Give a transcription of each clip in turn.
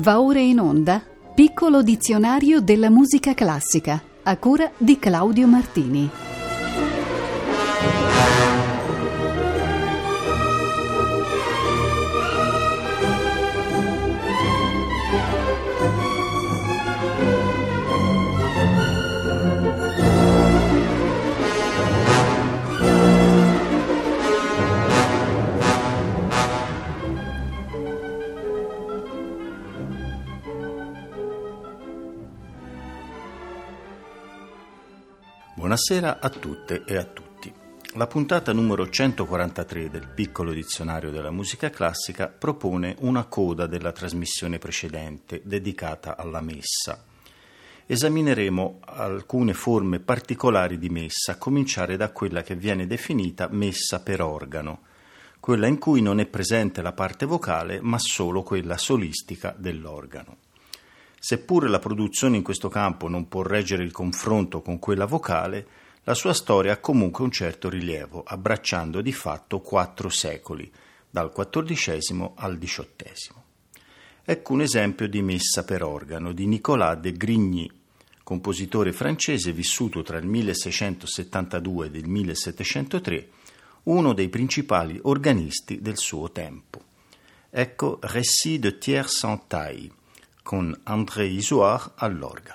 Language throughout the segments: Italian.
Va ora in onda Piccolo dizionario della musica classica, a cura di Claudio Martini. Buonasera a tutte e a tutti. La puntata numero 143 del Piccolo dizionario della musica classica propone una coda della trasmissione precedente dedicata alla messa. Esamineremo alcune forme particolari di messa, a cominciare da quella che viene definita messa per organo, quella in cui non è presente la parte vocale ma solo quella solistica dell'organo. Seppure la produzione in questo campo non può reggere il confronto con quella vocale, la sua storia ha comunque un certo rilievo, abbracciando di fatto 4 secoli, dal XIV al XVIII. Ecco un esempio di messa per organo di Nicolas de Grigny, compositore francese vissuto tra il 1672 e il 1703, uno dei principali organisti del suo tempo. Ecco Récit de Thiers sans taille, con André Isoard all'organo.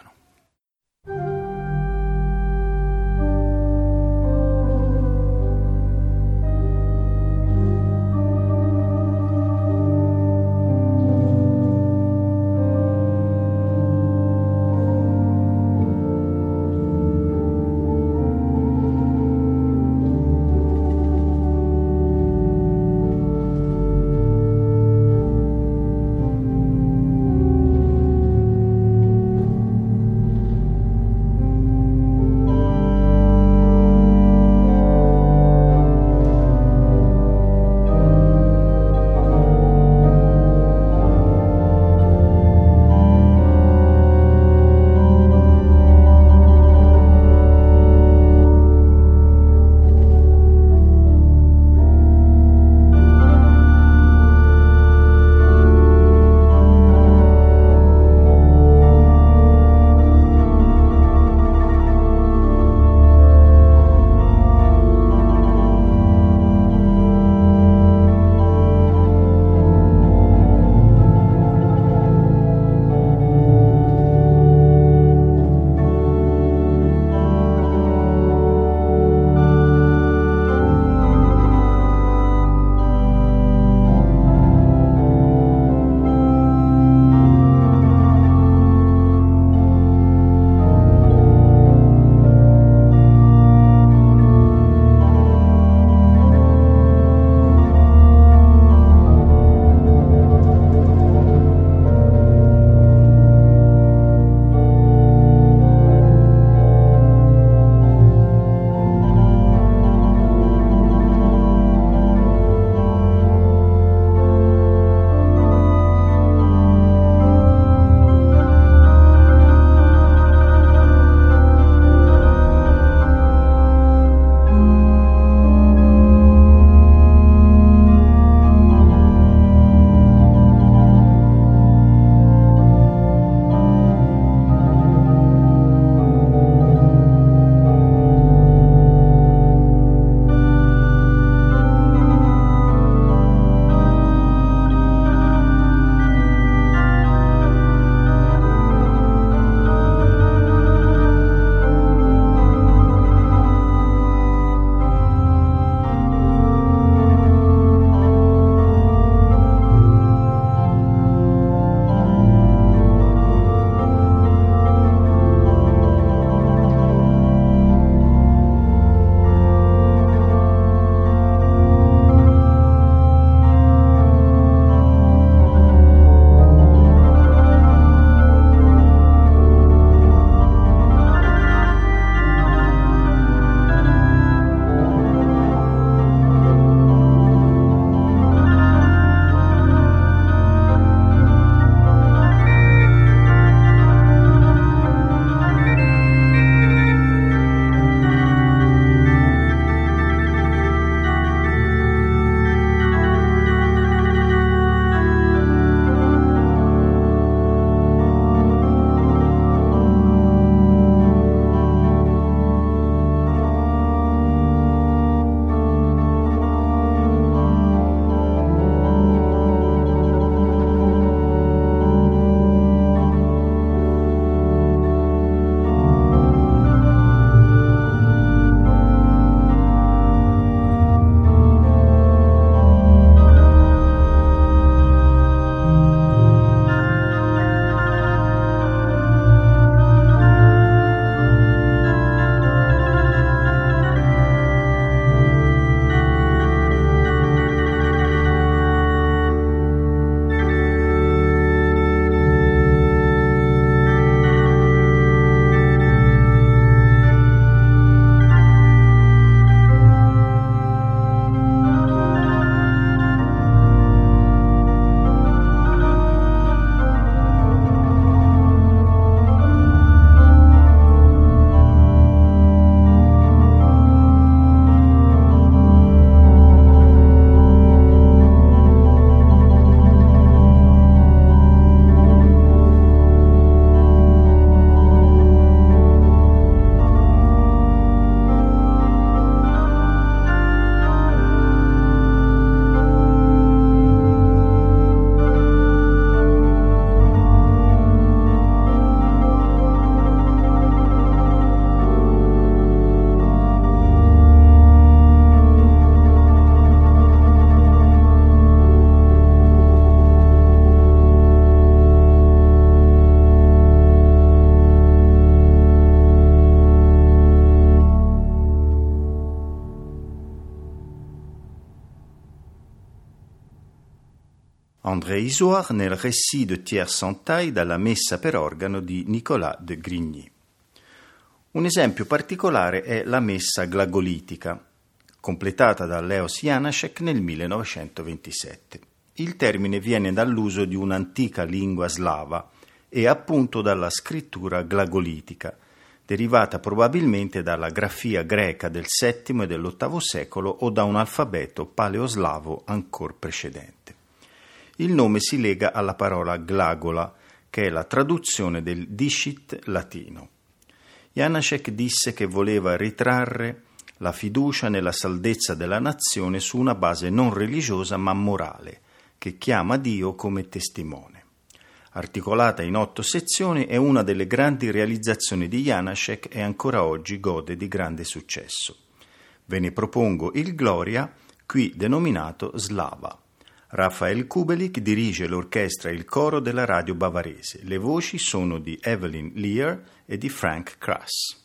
André Isoard nel Récit de Thiers sans taille dalla Messa per organo di Nicolas de Grigny. Un esempio particolare è la Messa glagolitica, completata da Leos Janáček nel 1927. Il termine viene dall'uso di un'antica lingua slava e appunto dalla scrittura glagolitica, derivata probabilmente dalla grafia greca del VII e dell'VIII secolo o da un alfabeto paleoslavo ancora precedente. Il nome si lega alla parola glagola, che è la traduzione del dicit latino. Janáček disse che voleva ritrarre la fiducia nella saldezza della nazione su una base non religiosa ma morale, che chiama Dio come testimone. Articolata in 8 sezioni, è una delle grandi realizzazioni di Janáček e ancora oggi gode di grande successo. Ve ne propongo il Gloria, qui denominato Slava. Rafael Kubelik dirige l'orchestra e il coro della radio bavarese. Le voci sono di Evelyn Lear e di Frank Kras.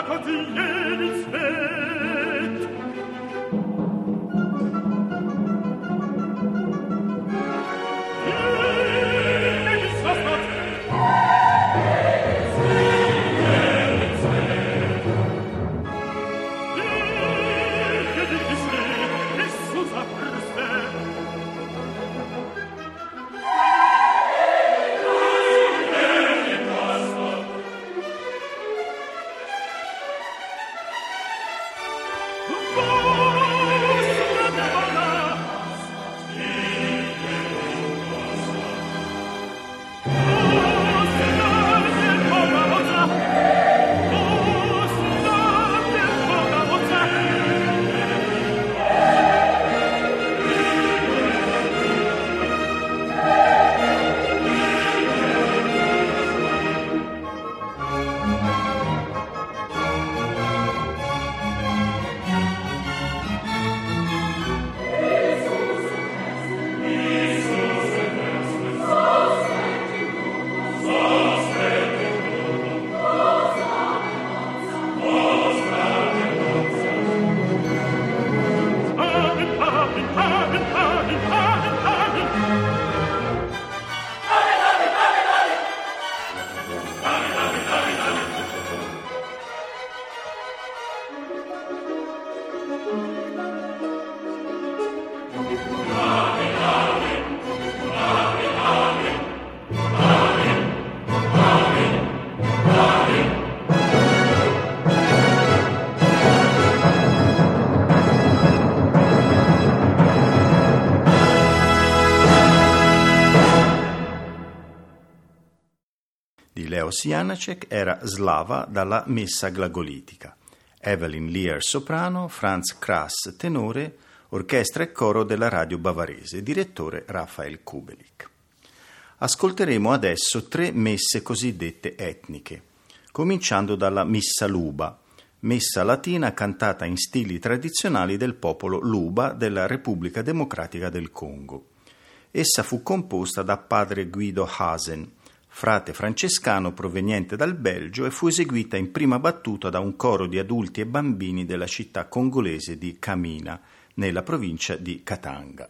Leos Janáček era Slava dalla Messa glagolitica, Evelyn Lear soprano, Franz Krass tenore, orchestra e coro della radio bavarese, direttore Rafael Kubelik. Ascolteremo adesso 3 messe cosiddette etniche, cominciando dalla Missa Luba, messa latina cantata in stili tradizionali del popolo Luba della Repubblica Democratica del Congo. Essa fu composta da padre Guido Hasen, frate francescano proveniente dal Belgio, e fu eseguita in prima battuta da un coro di adulti e bambini della città congolese di Kamina, nella provincia di Katanga.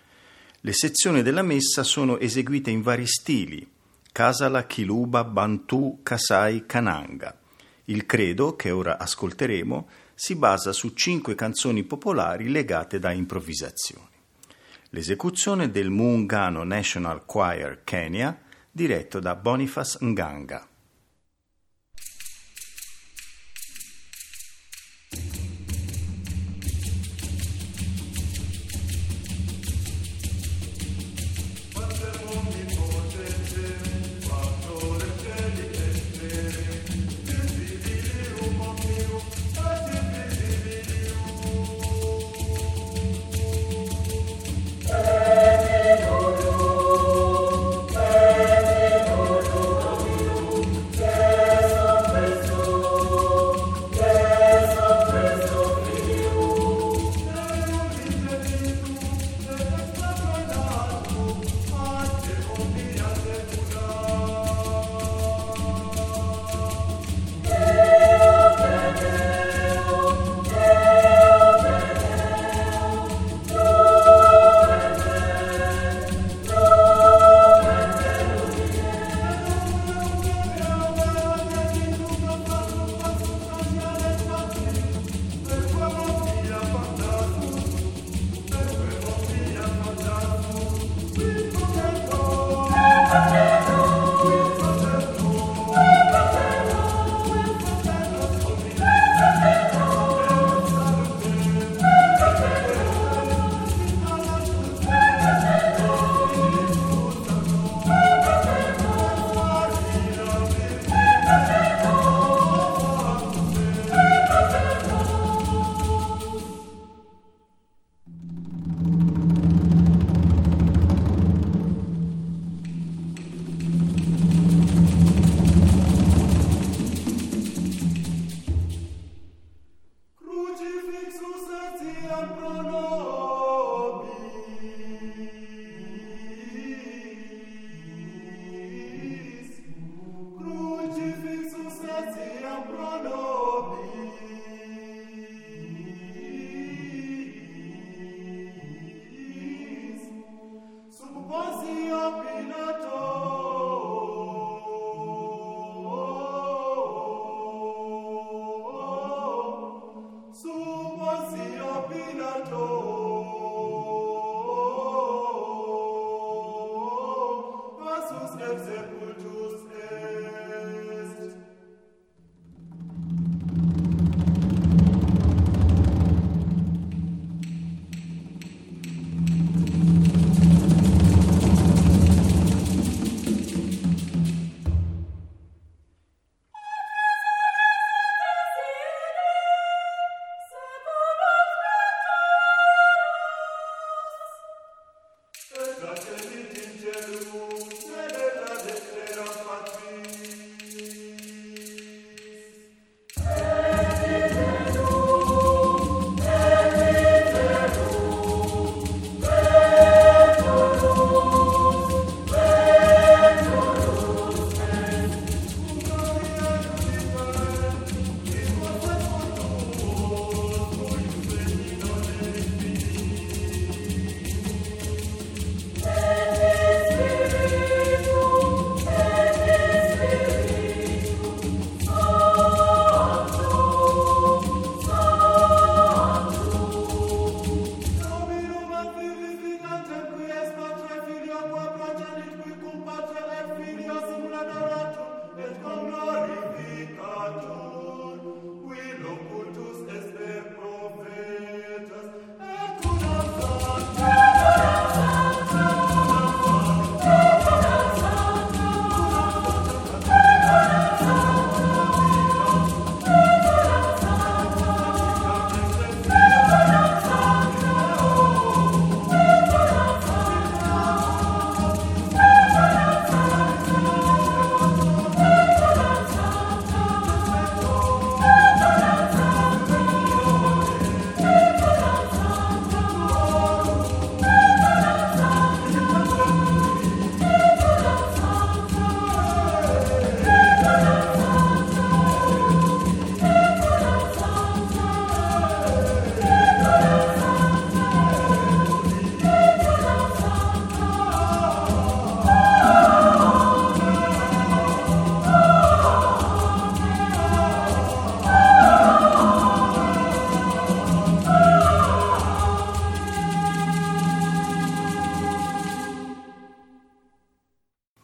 Le sezioni della messa sono eseguite in vari stili: Kasala, Kiluba, Bantu, Kasai, Kananga. Il credo, che ora ascolteremo, si basa su 5 canzoni popolari legate da improvvisazioni. L'esecuzione del Muungano National Choir Kenya, diretto da Boniface Nganga.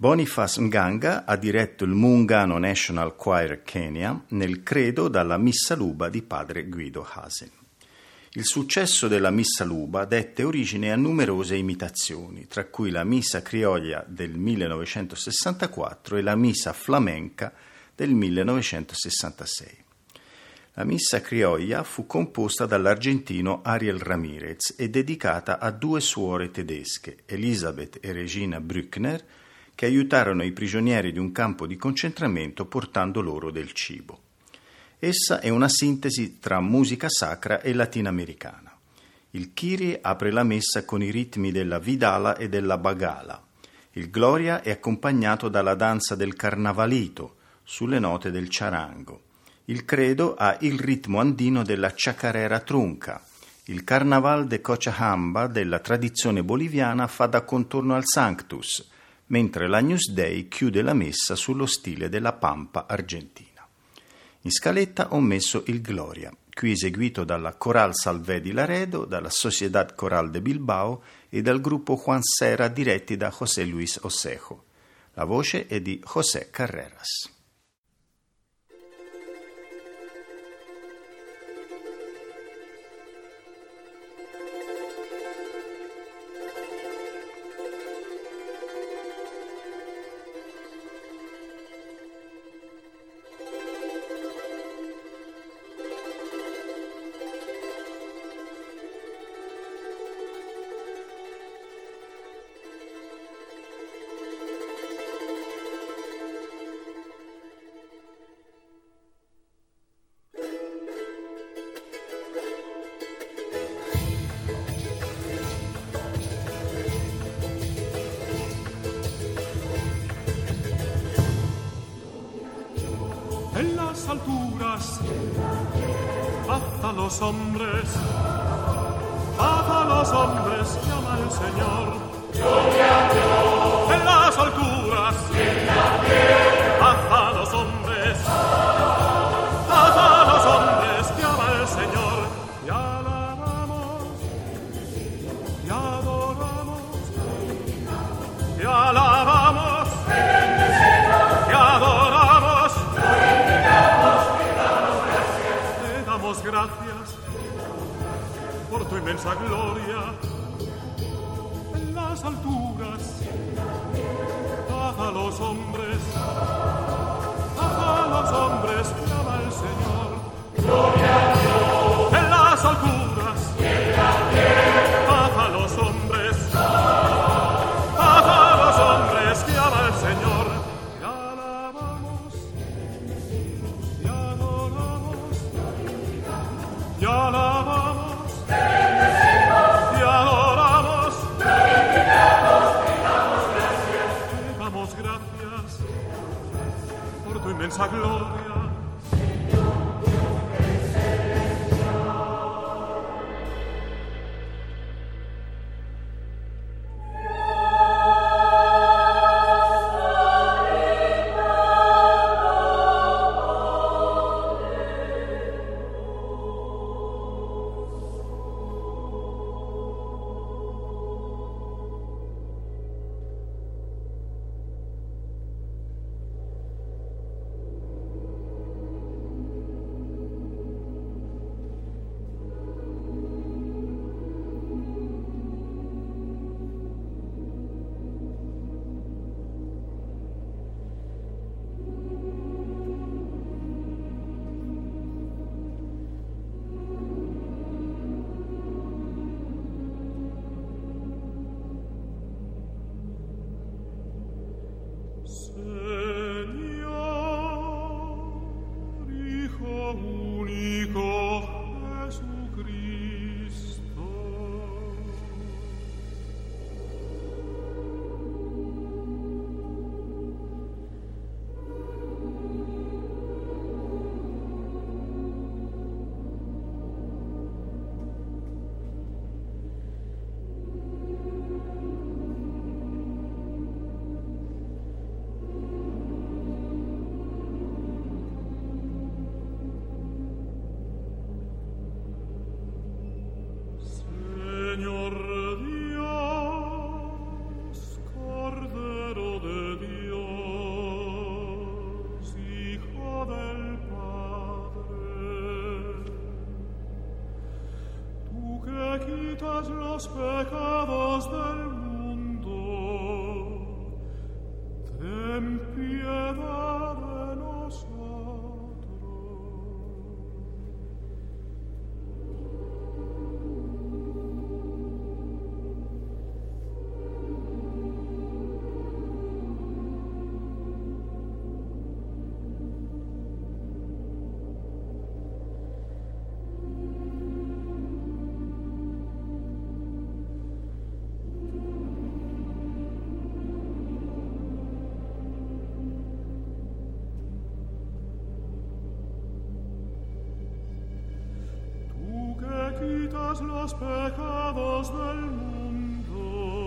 Boniface Nganga ha diretto il Muungano National Choir Kenya nel credo dalla Missa Luba di padre Guido Hasen. Il successo della Missa Luba dette origine a numerose imitazioni, tra cui la Missa Criolla del 1964 e la Missa Flamenca del 1966. La Missa Criolla fu composta dall'argentino Ariel Ramirez e dedicata a due suore tedesche, Elisabeth e Regina Brückner, che aiutarono i prigionieri di un campo di concentramento portando loro del cibo. Essa è una sintesi tra musica sacra e latinoamericana. Il Kyrie apre la messa con i ritmi della Vidala e della Bagala. Il Gloria è accompagnato dalla danza del Carnavalito sulle note del charango. Il credo ha il ritmo andino della chacarera trunca. Il Carnaval de Cochabamba della tradizione boliviana fa da contorno al Sanctus, mentre l'Agnus Dei chiude la messa sullo stile della Pampa argentina. In scaletta ho messo il Gloria, qui eseguito dalla Coral Salvé di Laredo, dalla Sociedad Coral de Bilbao e dal gruppo Juan Serra diretti da José Luis Osejo. La voce è di José Carreras. En las alturas, paz a los hombres, llama el Señor. En las alturas, paz a los hombres, llama el Señor. Y alabamos, y adoramos, y alabamos, y adoramos. Te damos gracias por tu inmensa gloria. En las alturas, paz a los hombres, llama el Señor. Gloria a Dios. En las alturas, paz a los hombres, llama el Señor. Y alabamos, y adoramos, y alabamos, y adoramos. Te damos gracias por tu inmensa gloria. los pecados del mundo, ten piedad de nosotros. Quitas los pecados del mundo,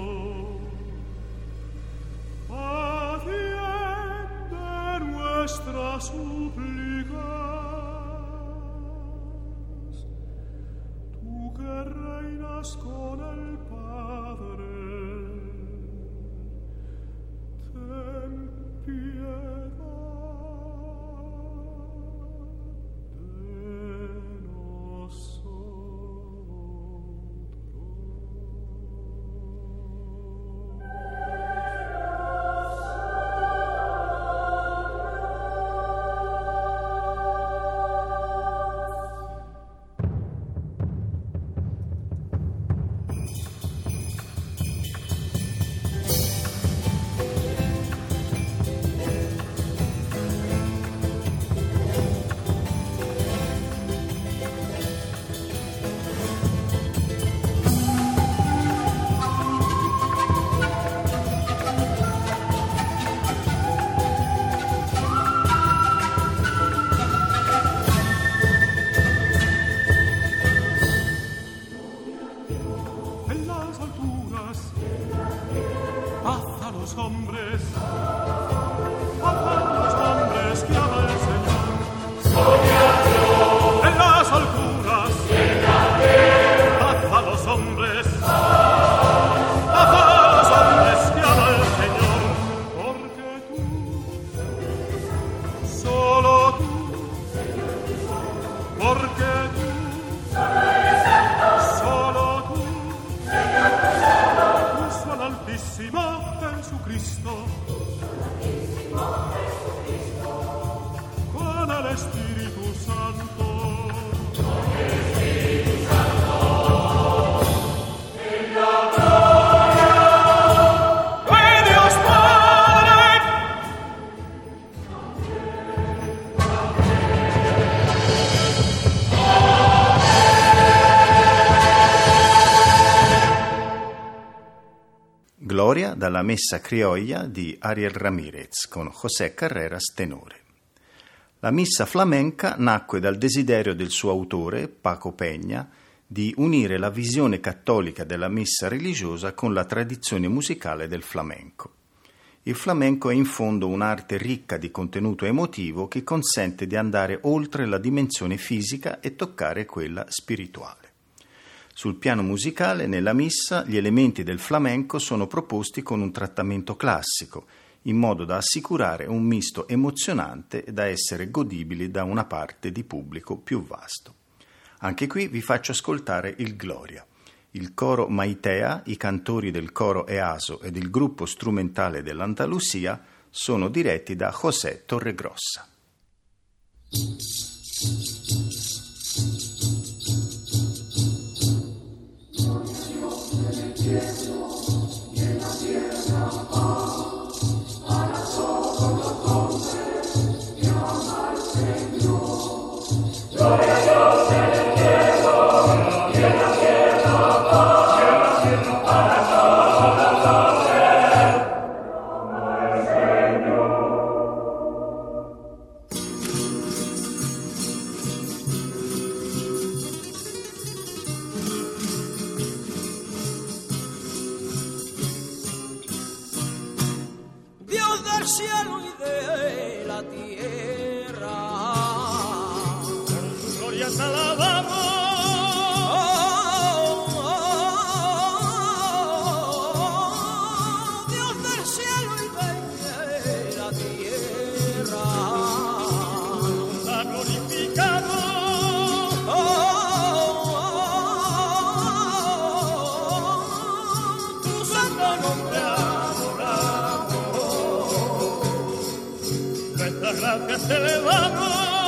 atiende nuestras súplicas. Tú que reinas con el Padre, ten piedad. Gloria dalla Messa criolla di Ariel Ramirez con José Carreras tenore. La missa flamenca nacque dal desiderio del suo autore, Paco Peña, di unire la visione cattolica della messa religiosa con la tradizione musicale del flamenco. Il flamenco è in fondo un'arte ricca di contenuto emotivo che consente di andare oltre la dimensione fisica e toccare quella spirituale. Sul piano musicale, nella missa, gli elementi del flamenco sono proposti con un trattamento classico, in modo da assicurare un misto emozionante da essere godibili da una parte di pubblico più vasto. Anche qui vi faccio ascoltare il Gloria. Il coro Maitea, i cantori del coro Easo ed il gruppo strumentale dell'Andalusia sono diretti da José Torregrossa. te le damos.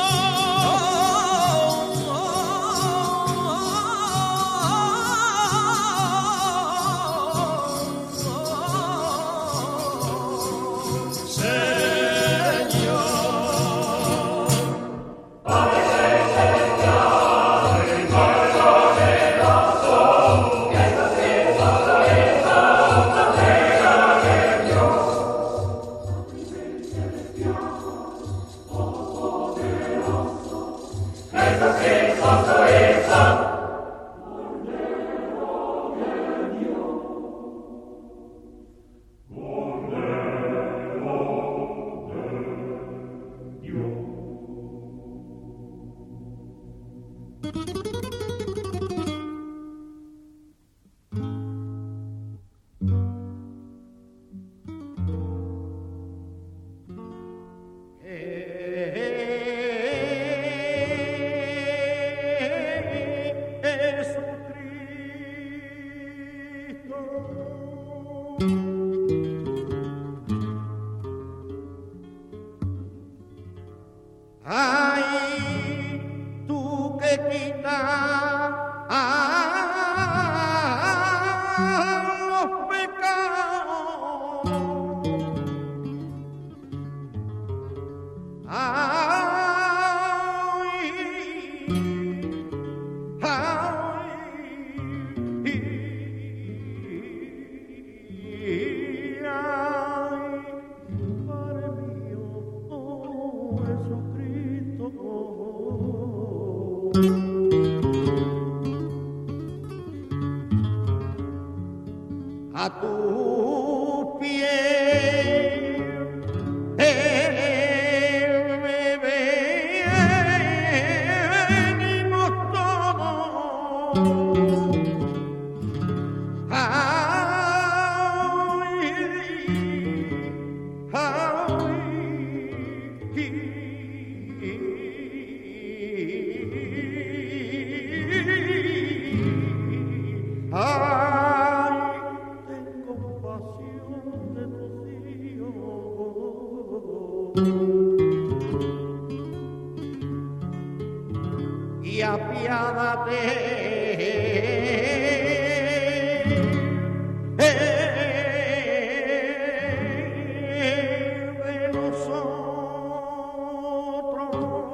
A tu pies venimos todos. Y apiádate de nosotros.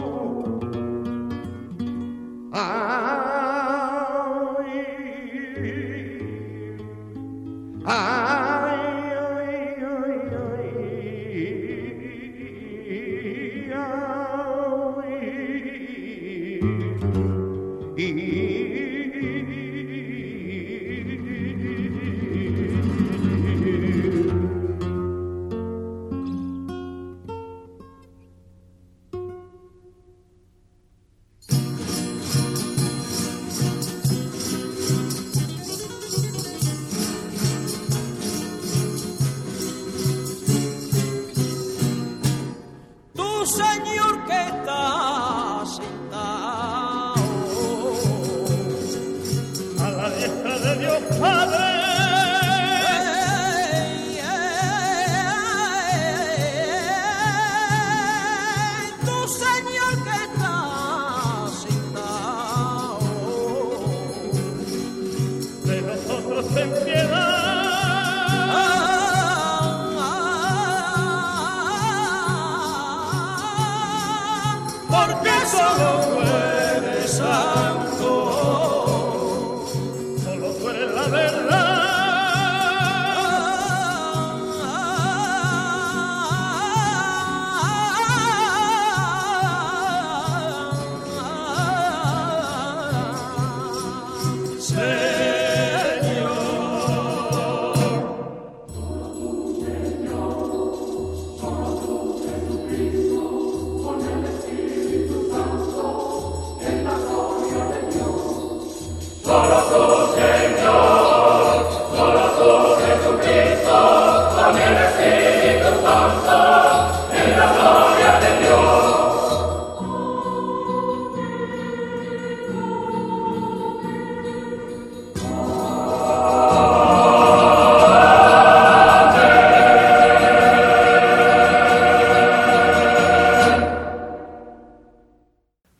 Señor que está sentado a la diestra de Dios Padre, tu Señor que está sentado de nosotros ten piedad. Porque solo tú eres santo, Solo tú eres la verdad. Con el Espíritu Santo, en la gloria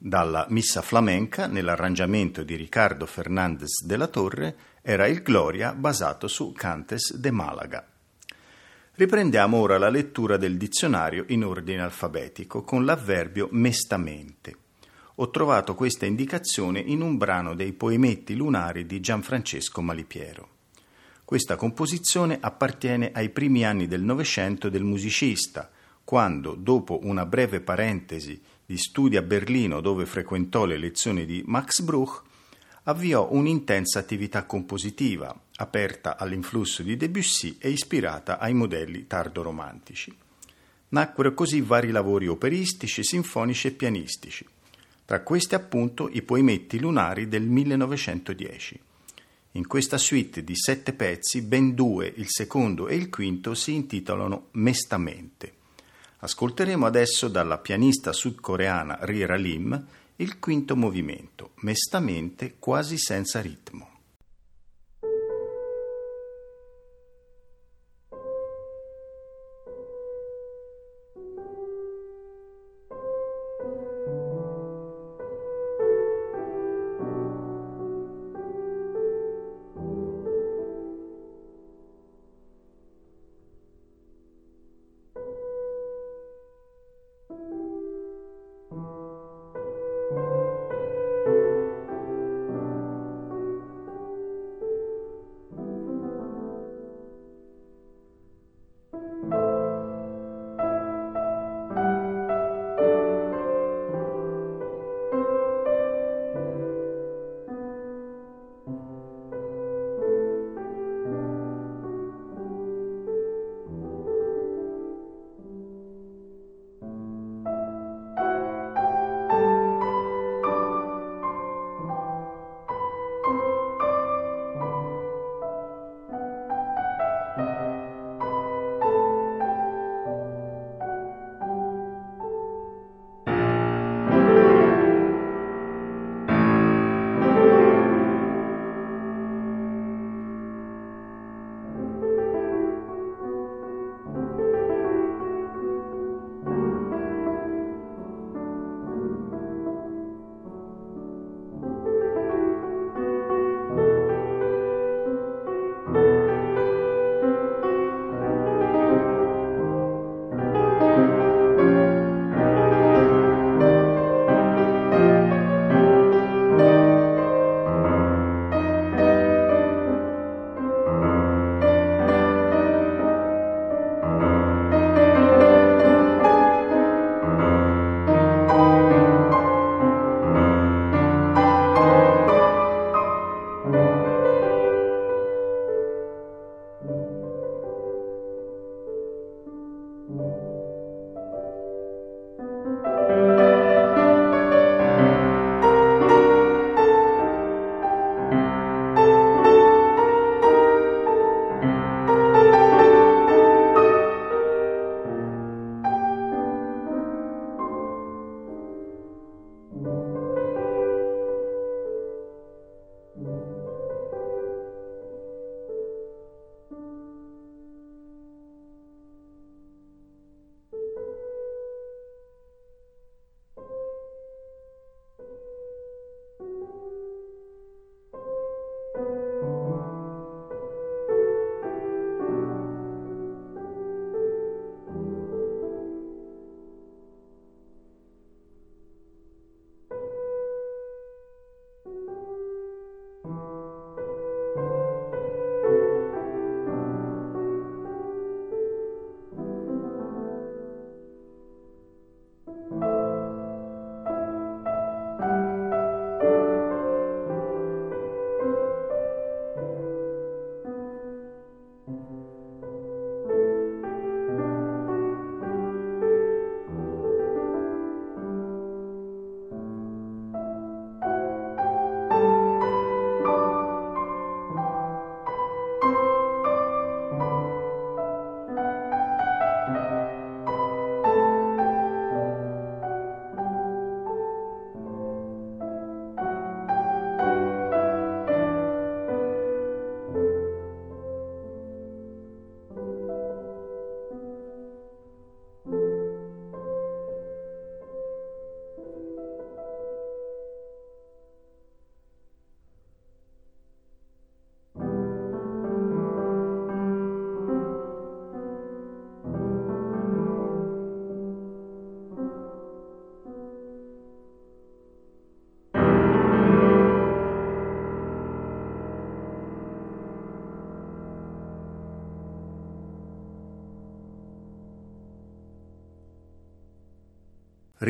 Dalla Missa flamenca, nell'arrangiamento di Ricardo Fernández de la Torre, era il Gloria basato su Cantes de Malaga. Riprendiamo ora la lettura del dizionario in ordine alfabetico con l'avverbio mestamente. Ho trovato questa indicazione in un brano dei Poemetti lunari di Gianfrancesco Malipiero. Questa composizione appartiene ai primi anni del Novecento del musicista, quando, dopo una breve parentesi di studi a Berlino dove frequentò le lezioni di Max Bruch, avviò un'intensa attività compositiva, aperta all'influsso di Debussy e ispirata ai modelli tardoromantici. Nacquero così vari lavori operistici, sinfonici e pianistici. Tra questi appunto i Poemetti lunari del 1910. In questa suite di 7 pezzi, ben 2, il secondo e il quinto, si intitolano Mestamente. Ascolteremo adesso dalla pianista sudcoreana Rira Lim il quinto movimento, mestamente quasi senza ritmo.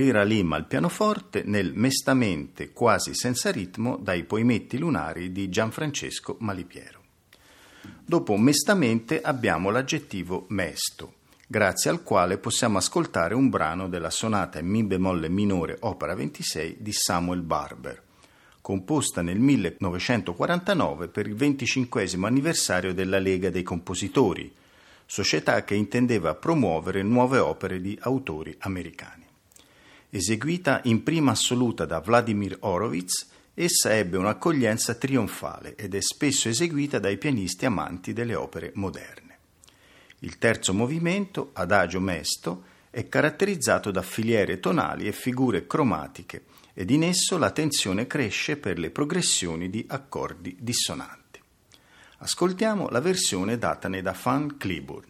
Rira Lim al pianoforte nel Mestamente quasi senza ritmo dai Poemetti lunari di Gianfrancesco Malipiero. Dopo Mestamente abbiamo l'aggettivo mesto, grazie al quale possiamo ascoltare un brano della sonata in Mi bemolle minore opera 26 di Samuel Barber, composta nel 1949 per il 25° anniversario della Lega dei Compositori, società che intendeva promuovere nuove opere di autori americani. Eseguita in prima assoluta da Vladimir Horowitz, essa ebbe un'accoglienza trionfale ed è spesso eseguita dai pianisti amanti delle opere moderne. Il terzo movimento, adagio mesto, è caratterizzato da filiere tonali e figure cromatiche ed in esso la tensione cresce per le progressioni di accordi dissonanti. Ascoltiamo la versione datane da Van Cliburn.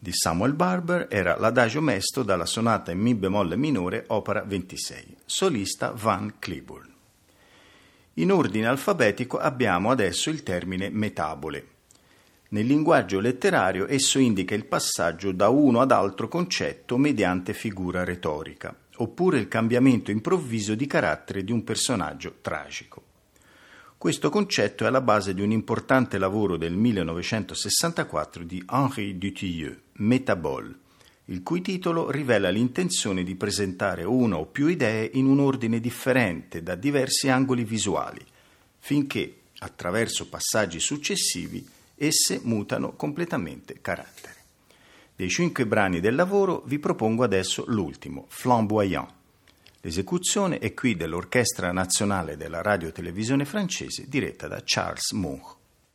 di Samuel Barber era l'Adagio mesto dalla sonata in Mi bemolle minore, opera 26, solista Van Cliburn. In ordine alfabetico abbiamo adesso il termine metabole. Nel linguaggio letterario esso indica il passaggio da uno ad altro concetto mediante figura retorica, oppure il cambiamento improvviso di carattere di un personaggio tragico. Questo concetto è alla base di un importante lavoro del 1964 di Henri Dutilleux, Métabole, il cui titolo rivela l'intenzione di presentare una o più idee in un ordine differente da diversi angoli visuali, finché, attraverso passaggi successivi, esse mutano completamente carattere. Dei 5 brani del lavoro vi propongo adesso l'ultimo, Flamboyant. L'esecuzione è qui dell'Orchestra Nazionale della Radio-Televisione francese diretta da Charles Moore.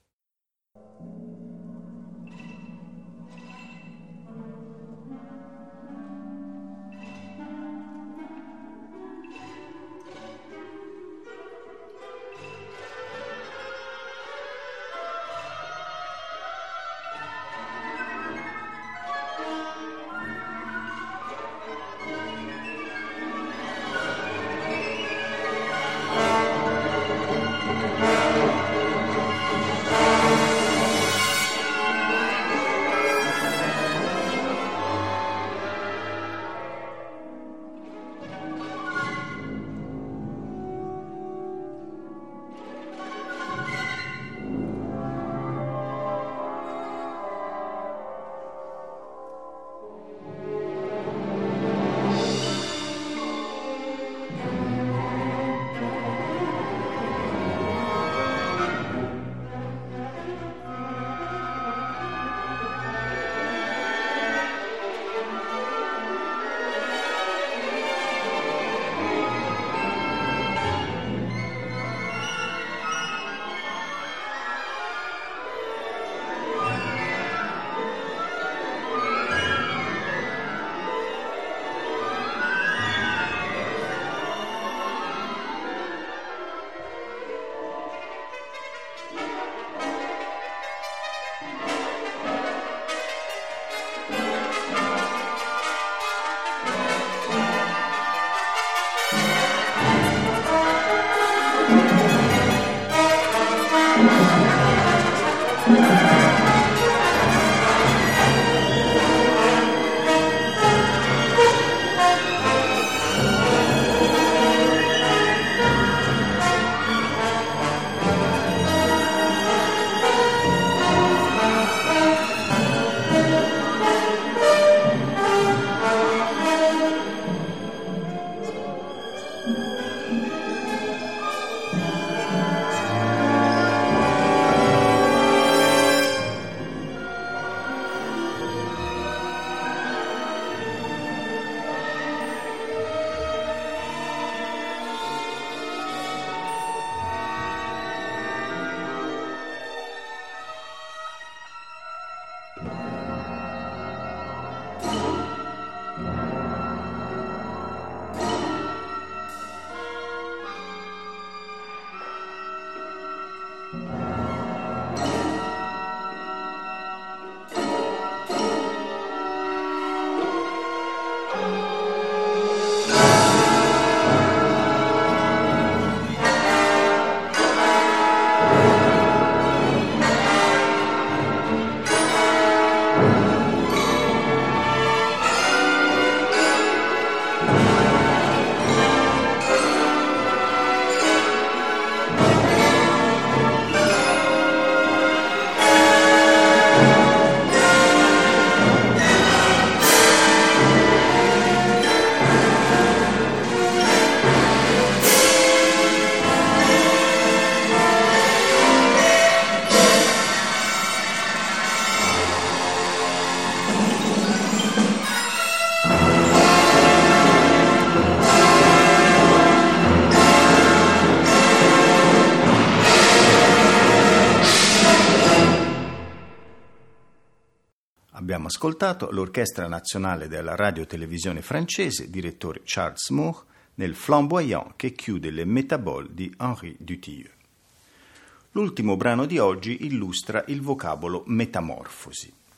Abbiamo ascoltato l'Orchestra Nazionale della Radio-Televisione francese, direttore Charles Moore, nel Flamboyant che chiude le Métabole di Henri Dutilleux. L'ultimo brano di oggi illustra il vocabolo metamorfosi.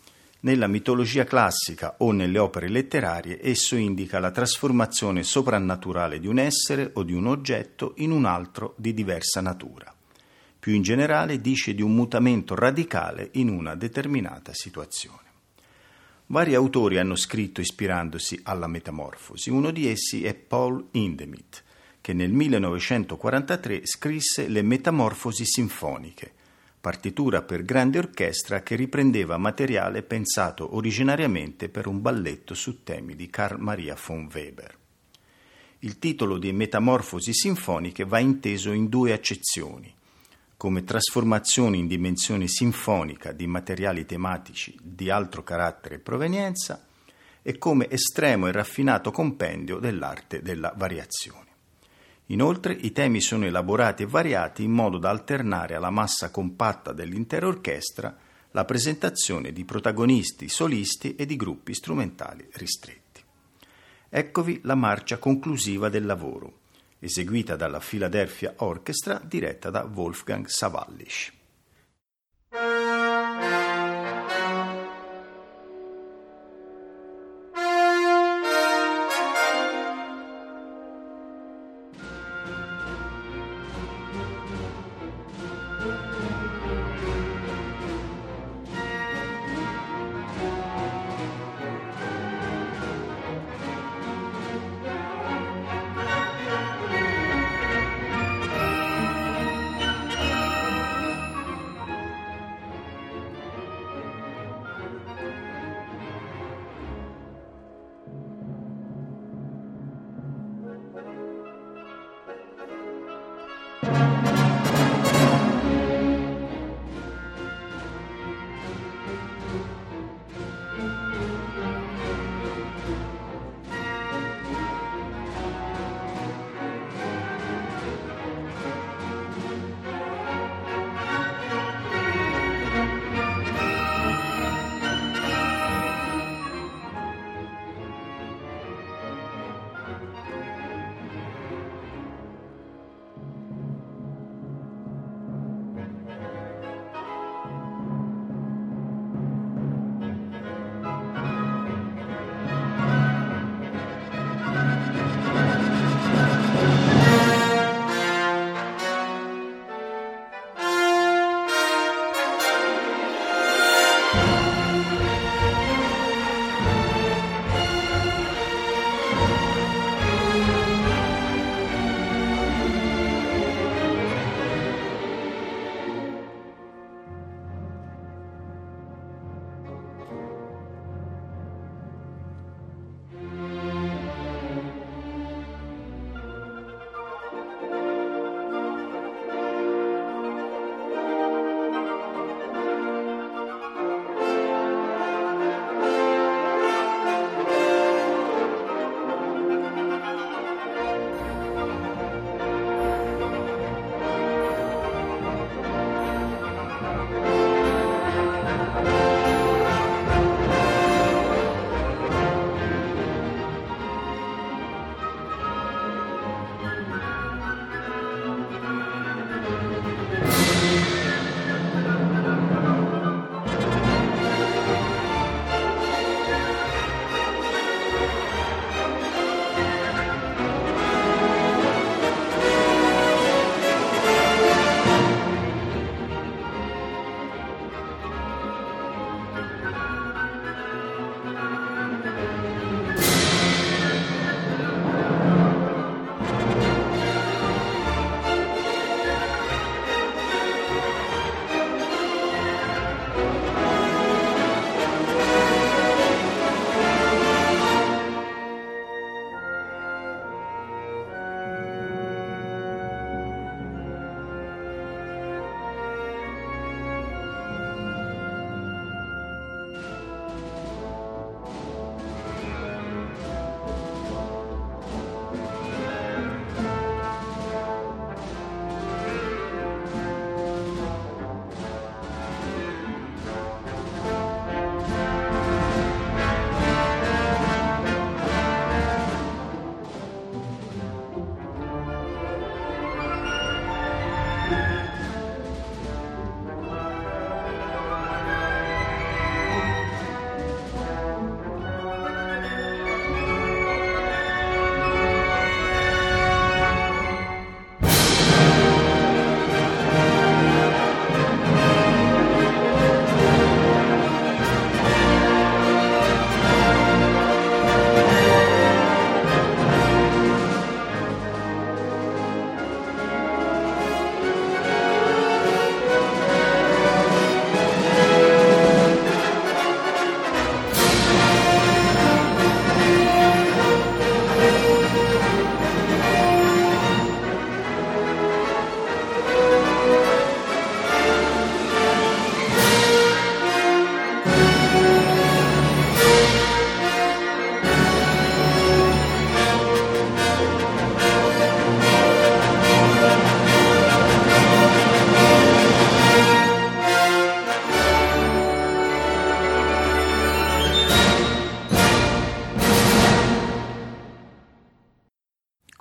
Nella mitologia classica o nelle opere letterarie esso indica la trasformazione soprannaturale di un essere o di un oggetto in un altro di diversa natura. Più in generale dice di un mutamento radicale in una determinata situazione. Vari autori hanno scritto ispirandosi alla metamorfosi. Uno di essi è Paul Hindemith, che nel 1943 scrisse Le Metamorfosi sinfoniche, partitura per grande orchestra che riprendeva materiale pensato originariamente per un balletto su temi di Carl Maria von Weber. Il titolo di Metamorfosi sinfoniche va inteso in due accezioni, come trasformazioni in dimensione sinfonica di materiali tematici di altro carattere e provenienza e come estremo e raffinato compendio dell'arte della variazione. Inoltre i temi sono elaborati e variati in modo da alternare alla massa compatta dell'intera orchestra la presentazione di protagonisti, solisti e di gruppi strumentali ristretti. Eccovi la marcia conclusiva del lavoro, eseguita dalla Philadelphia Orchestra diretta da Wolfgang Sawallisch.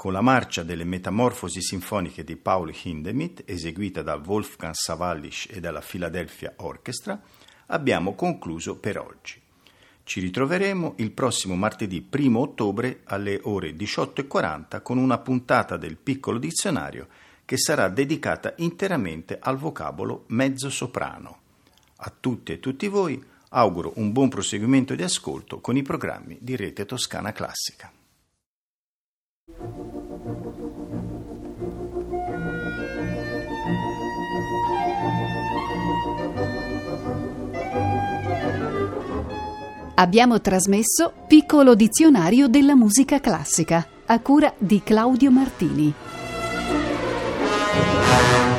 con la marcia delle Metamorfosi sinfoniche di Paul Hindemith, eseguita da Wolfgang Sawallisch e dalla Philadelphia Orchestra, abbiamo concluso per oggi. Ci ritroveremo il prossimo martedì 1 ottobre alle ore 18:40 con una puntata del Piccolo Dizionario che sarà dedicata interamente al vocabolo mezzosoprano. A tutte e tutti voi auguro un buon proseguimento di ascolto con i programmi di Rete Toscana Classica. Abbiamo trasmesso Piccolo Dizionario della musica classica, a cura di Claudio Martini.